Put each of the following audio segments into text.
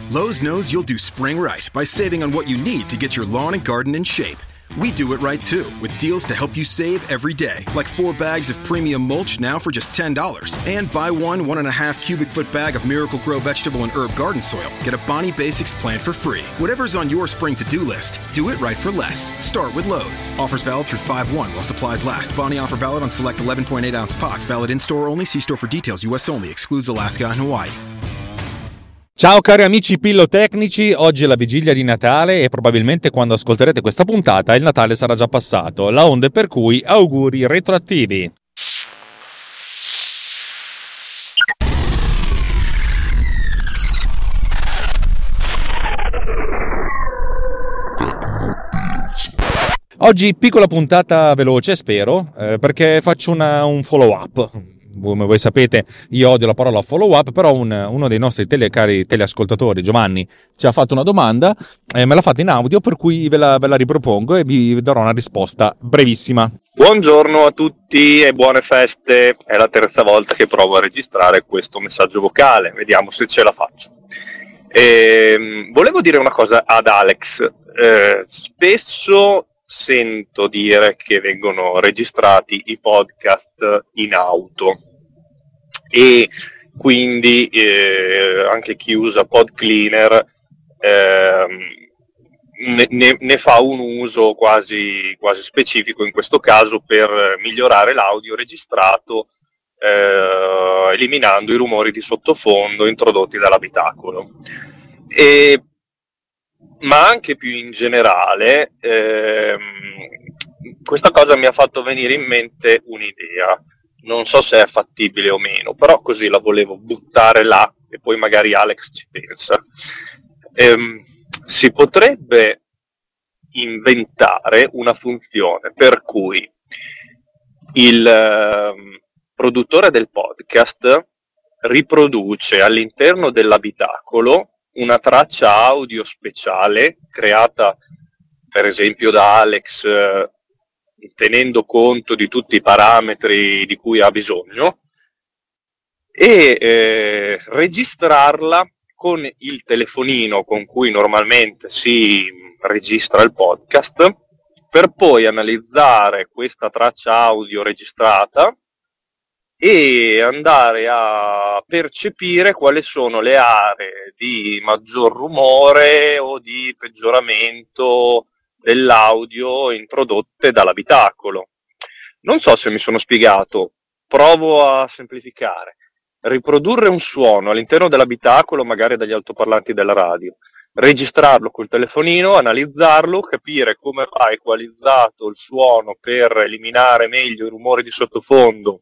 Lowe's knows you'll do spring right by saving on what you need to get your lawn and garden in shape. We do it right too, with deals to help you save every day, like 4 bags of premium mulch now for just $10. And buy 1.5 cubic foot bag of Miracle-Gro vegetable and herb garden soil. Get a Bonnie Basics plant for free. Whatever's on your spring to-do list, do it right for less. Start with Lowe's. Offers valid through 5/1 while supplies last. Bonnie offer valid on select 11.8-ounce pots. Valid in-store only. See store for details. U.S. only. Excludes Alaska and Hawaii. Ciao cari amici pillotecnici, oggi è la vigilia di Natale e probabilmente quando ascolterete questa puntata il Natale sarà già passato, la onde per cui auguri retroattivi. Oggi piccola puntata veloce, spero, perché faccio un follow up. Come voi sapete io odio la parola follow up, però uno dei nostri cari teleascoltatori, Giovanni, ci ha fatto una domanda, me l'ha fatta in audio, per cui ve la ripropongo e vi darò una risposta brevissima. Buongiorno a tutti e buone feste, è la terza volta che provo a registrare questo messaggio vocale, vediamo se ce la faccio. Volevo dire una cosa ad Alex, spesso sento dire che vengono registrati i podcast in auto e quindi anche chi usa PodCleaner ne fa un uso quasi specifico in questo caso per migliorare l'audio registrato, eliminando i rumori di sottofondo introdotti dall'abitacolo. Ma anche più in generale, questa cosa mi ha fatto venire in mente un'idea, non so se è fattibile o meno, però così la volevo buttare là e poi magari Alex ci pensa. Si potrebbe inventare una funzione per cui il produttore del podcast riproduce all'interno dell'abitacolo una traccia audio speciale creata per esempio da Alex, tenendo conto di tutti i parametri di cui ha bisogno, e registrarla con il telefonino con cui normalmente si registra il podcast, per poi analizzare questa traccia audio registrata e andare a percepire quali sono le aree di maggior rumore o di peggioramento dell'audio introdotte dall'abitacolo. Non so se mi sono spiegato, provo a semplificare. Riprodurre un suono all'interno dell'abitacolo, magari dagli altoparlanti della radio, registrarlo col telefonino, analizzarlo, capire come va equalizzato il suono per eliminare meglio i rumori di sottofondo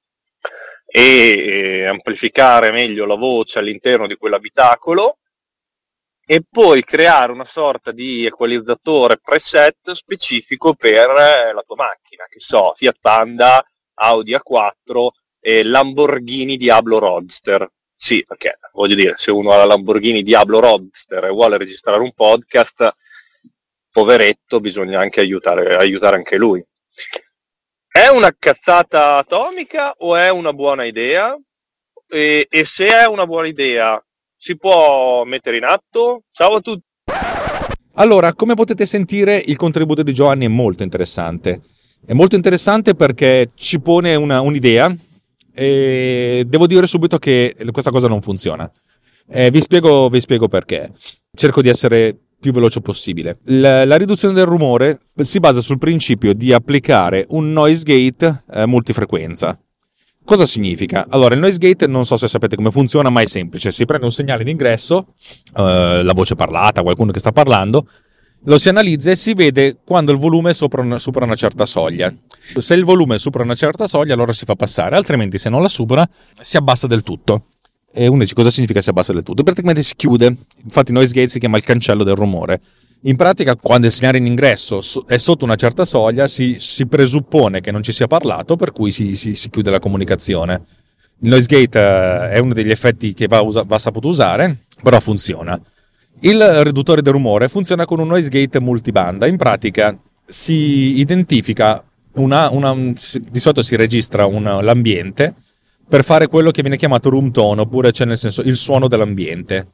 e amplificare meglio la voce all'interno di quell'abitacolo, e poi creare una sorta di equalizzatore preset specifico per la tua macchina, che so, Fiat Panda, Audi A4 e Lamborghini Diablo Roadster. Sì, perché voglio dire, se uno ha la Lamborghini Diablo Roadster e vuole registrare un podcast, poveretto, bisogna anche aiutare anche lui. È una cazzata atomica o è una buona idea? E se è una buona idea, si può mettere in atto? Ciao a tutti! Allora, come potete sentire, il contributo di Giovanni è molto interessante. È molto interessante perché ci pone un'idea e devo dire subito che questa cosa non funziona. Vi spiego perché. Cerco di essere più veloce possibile. La riduzione del rumore si basa sul principio di applicare un noise gate multifrequenza. Cosa significa? Allora, il noise gate non so se sapete come funziona, ma è semplice. Si prende un segnale d'ingresso, la voce parlata, qualcuno che sta parlando, lo si analizza e si vede quando il volume supera una certa soglia. Se il volume supera una certa soglia, allora si fa passare, altrimenti se non la supera si abbassa del tutto. E uno dice: cosa significa si abbassa del tutto? Praticamente si chiude. Infatti noise gate si chiama il cancello del rumore. In pratica, quando il segnale in ingresso è sotto una certa soglia, si presuppone che non ci sia parlato, per cui si chiude la comunicazione. Il noise gate è uno degli effetti che va saputo usare, però funziona. Il riduttore del rumore funziona con un noise gate multibanda. In pratica si identifica di solito si registra l'ambiente per fare quello che viene chiamato room tone, oppure cioè nel senso il suono dell'ambiente.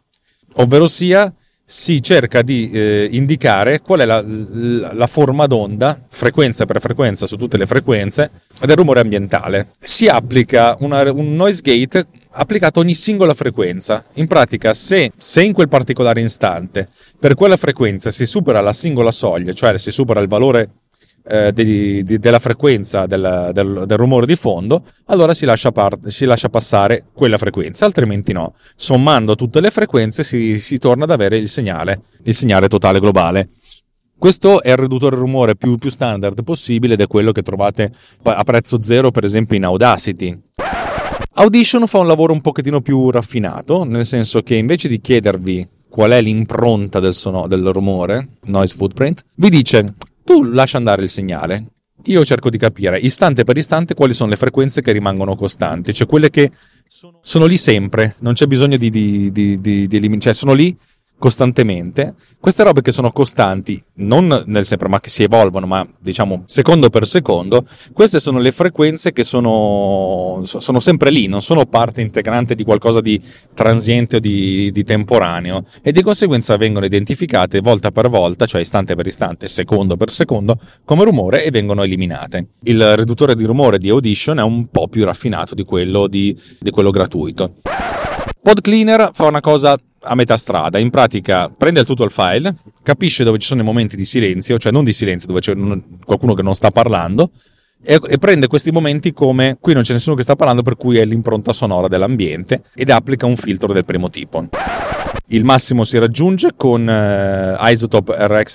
ovvero sia si cerca di indicare qual è la forma d'onda, frequenza per frequenza su tutte le frequenze, del rumore ambientale. Si applica un noise gate applicato a ogni singola frequenza. In pratica, se in quel particolare istante per quella frequenza si supera la singola soglia, cioè si supera il valore della frequenza del rumore di fondo, allora si lascia passare quella frequenza, altrimenti no. Sommando tutte le frequenze si torna ad avere il segnale totale globale. Questo è il riduttore rumore più standard possibile ed è quello che trovate a prezzo zero, per esempio in Audacity. Audition fa un lavoro un pochettino più raffinato, nel senso che invece di chiedervi qual è l'impronta del rumore, noise footprint, vi dice: tu lascia andare il segnale, io cerco di capire istante per istante quali sono le frequenze che rimangono costanti, cioè quelle che sono lì sempre, non c'è bisogno di eliminare, cioè sono lì costantemente. Queste robe che sono costanti, non nel sempre, ma che si evolvono, ma diciamo secondo per secondo, queste sono le frequenze che sono sempre lì, non sono parte integrante di qualcosa di transiente o di temporaneo, e di conseguenza vengono identificate volta per volta, cioè istante per istante, secondo per secondo, come rumore e vengono eliminate. Il riduttore di rumore di Audition è un po' più raffinato di quello di quello gratuito. PodCleaner fa una cosa a metà strada. In pratica prende il tutto file, capisce dove ci sono i momenti di silenzio, cioè non di silenzio, dove c'è qualcuno che non sta parlando, e prende questi momenti come qui non c'è nessuno che sta parlando, per cui è l'impronta sonora dell'ambiente, ed applica un filtro del primo tipo. Il massimo si raggiunge con Isotope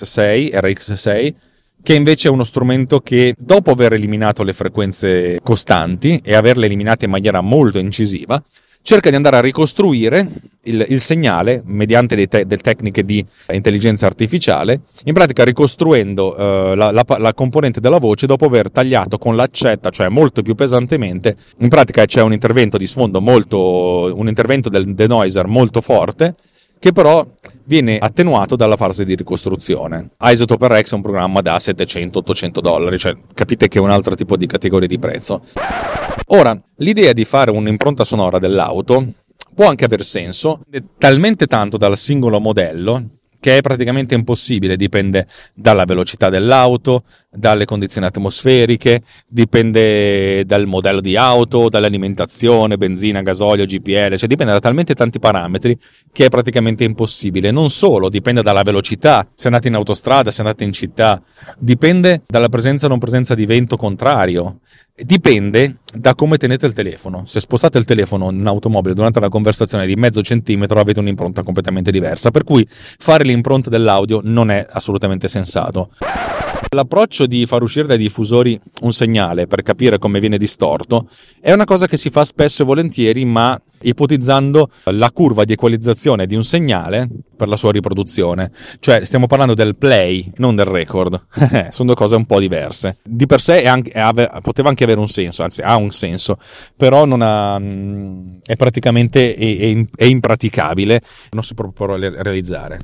RX6, che invece è uno strumento che, dopo aver eliminato le frequenze costanti e averle eliminate in maniera molto incisiva, cerca di andare a ricostruire il segnale mediante delle tecniche di intelligenza artificiale, in pratica ricostruendo la componente della voce dopo aver tagliato con l'accetta, cioè molto più pesantemente. In pratica c'è un intervento di sfondo un intervento del denoiser molto forte, che però viene attenuato dalla fase di ricostruzione. Isotope RX è un programma da $700-800, cioè capite che è un altro tipo di categoria di prezzo. Ora, l'idea di fare un'impronta sonora dell'auto può anche aver senso, talmente tanto dal singolo modello che è praticamente impossibile. Dipende dalla velocità dell'auto, dalle condizioni atmosferiche, dipende dal modello di auto, dall'alimentazione, benzina, gasolio, GPL, cioè dipende da talmente tanti parametri che è praticamente impossibile. Non solo, dipende dalla velocità, se andate in autostrada, se andate in città, dipende dalla presenza o non presenza di vento contrario, dipende da come tenete il telefono. Se spostate il telefono in automobile durante una conversazione di mezzo centimetro, avete un'impronta completamente diversa, per cui fare l'impronta dell'audio non è assolutamente sensato. L'approccio di far uscire dai diffusori un segnale per capire come viene distorto è una cosa che si fa spesso e volentieri, ma ipotizzando la curva di equalizzazione di un segnale per la sua riproduzione. Cioè stiamo parlando del play, non del record. Sono due cose un po' diverse. Di per sé poteva anche avere un senso, anzi ha un senso, però non ha, è praticamente è impraticabile, non si può proprio realizzare.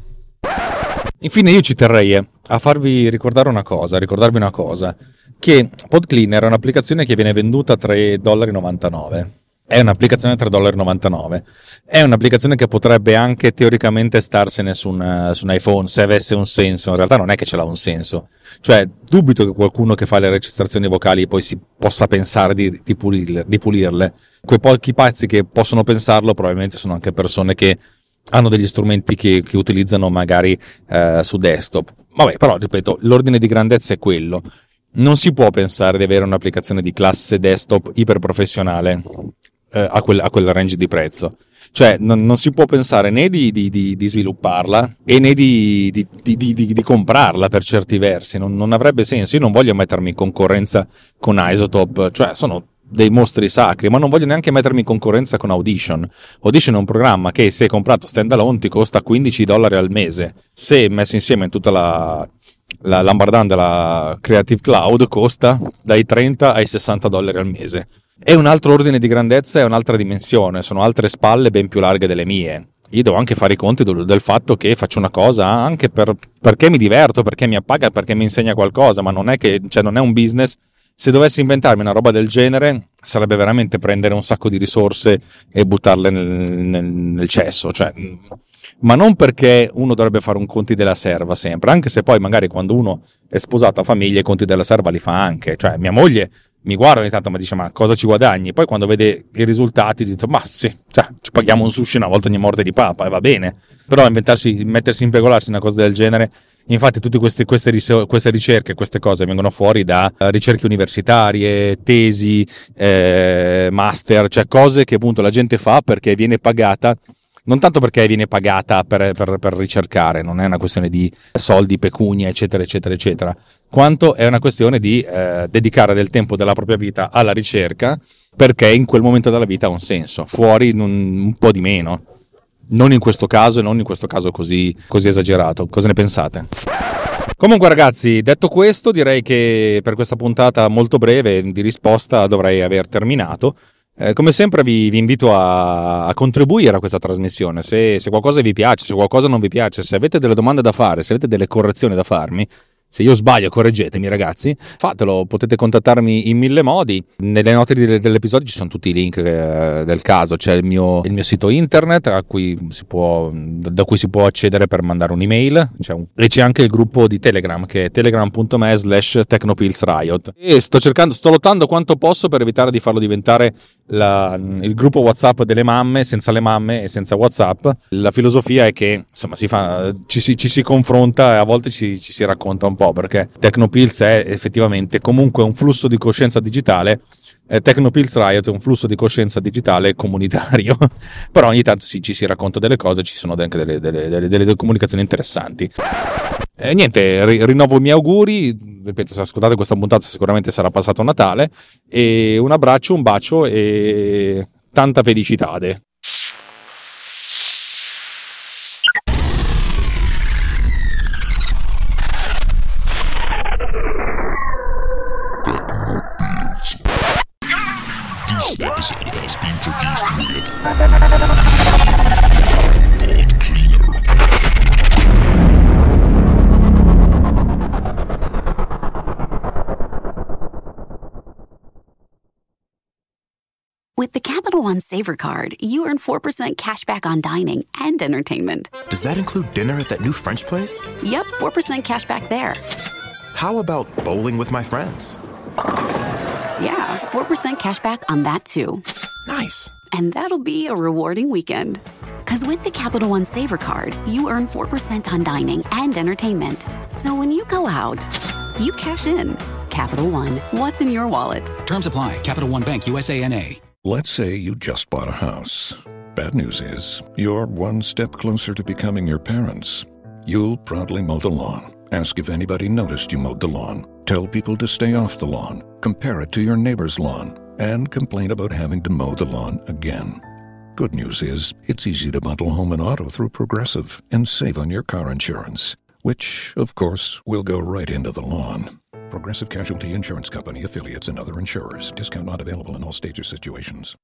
Infine io ci terrei a ricordarvi una cosa, che PodCleaner è un'applicazione che viene venduta a $3,99. È un'applicazione a $3,99. È un'applicazione che potrebbe anche teoricamente starsene su un iPhone, se avesse un senso. In realtà non è che ce l'ha un senso. Cioè, dubito che qualcuno che fa le registrazioni vocali poi si possa pensare di pulirle. Quei pochi pazzi che possono pensarlo probabilmente sono anche persone che hanno degli strumenti che utilizzano magari su desktop. Vabbè, però ripeto, l'ordine di grandezza è quello. Non si può pensare di avere un'applicazione di classe desktop iperprofessionale a quel range di prezzo. Cioè non si può pensare né di svilupparla e né di comprarla per certi versi. Non avrebbe senso. Io non voglio mettermi in concorrenza con Isotope, cioè sono dei mostri sacri, ma non voglio neanche mettermi in concorrenza con Audition. Audition è un programma che, se comprato standalone, ti costa $15 al mese. Se messo insieme in tutta la lambardana della Creative Cloud, costa dai $30 ai $60 al mese. È un altro ordine di grandezza, è un'altra dimensione, sono altre spalle ben più larghe delle mie. Io devo anche fare i conti del fatto che faccio una cosa anche perché mi diverto, perché mi appaga, perché mi insegna qualcosa, ma non è che, cioè non è un business Se dovessi inventarmi una roba del genere, sarebbe veramente prendere un sacco di risorse e buttarle nel cesso, cioè, ma non perché uno dovrebbe fare un conti della serva sempre, anche se poi magari quando uno è sposato a famiglia i conti della serva li fa anche, cioè mia moglie mi guarda ogni tanto ma dice ma cosa ci guadagni? Poi quando vede i risultati dice ma sì, cioè, ci paghiamo un sushi una volta ogni morte di papa e va bene, però mettersi impegolarsi in una cosa del genere. Infatti tutte queste ricerche, queste cose vengono fuori da ricerche universitarie, tesi, master, cioè cose che appunto la gente fa perché viene pagata, non tanto perché viene pagata per ricercare, non è una questione di soldi, pecunia, eccetera, eccetera, eccetera, quanto è una questione di dedicare del tempo della propria vita alla ricerca perché in quel momento della vita ha un senso, fuori un po' di meno. Non in questo caso e non in questo caso così esagerato. Cosa ne pensate? Comunque ragazzi, detto questo, direi che per questa puntata molto breve di risposta dovrei aver terminato. Come sempre vi invito a contribuire a questa trasmissione. Se qualcosa vi piace, se qualcosa non vi piace, se avete delle domande da fare, se avete delle correzioni da farmi, se io sbaglio correggetemi ragazzi, fatelo, potete contattarmi in 1000 modi. Nelle note dell'episodio ci sono tutti i link del caso, c'è il mio sito internet da cui si può accedere per mandare un'email, e c'è anche il gruppo di Telegram che è telegram.me/technopillsriot, e sto lottando quanto posso per evitare di farlo diventare il gruppo WhatsApp delle mamme, senza le mamme e senza WhatsApp. La filosofia è che insomma ci si confronta e a volte ci si racconta un po', perché Technopills è effettivamente comunque un flusso di coscienza digitale, Technopills Riot è un flusso di coscienza digitale comunitario, però ogni tanto ci si racconta delle cose, ci sono anche delle comunicazioni interessanti. Niente, rinnovo i miei auguri, ripeto, se ascoltate questa puntata sicuramente sarà passato Natale, e un abbraccio, un bacio e tanta felicità. This episode has been produced with Pod Cleaner. With the Capital One Savor Card, you earn 4% cash back on dining and entertainment. Does that include dinner at that new French place? Yep, 4% cash back there. How about bowling with my friends? Yeah, 4% cash back on that too. Nice. And that'll be a rewarding weekend. Because with the Capital One Savor Card, you earn 4% on dining and entertainment. So when you go out, you cash in. Capital One, what's in your wallet? Terms apply. Capital One Bank, USA NA. Let's say you just bought a house. Bad news is, you're one step closer to becoming your parents. You'll proudly mow the lawn. Ask if anybody noticed you mowed the lawn. Tell people to stay off the lawn. Compare it to your neighbor's lawn. And complain about having to mow the lawn again. Good news is, it's easy to bundle home and auto through Progressive and save on your car insurance, which, of course, will go right into the lawn. Progressive Casualty Insurance Company, affiliates, and other insurers. Discount not available in all states or situations.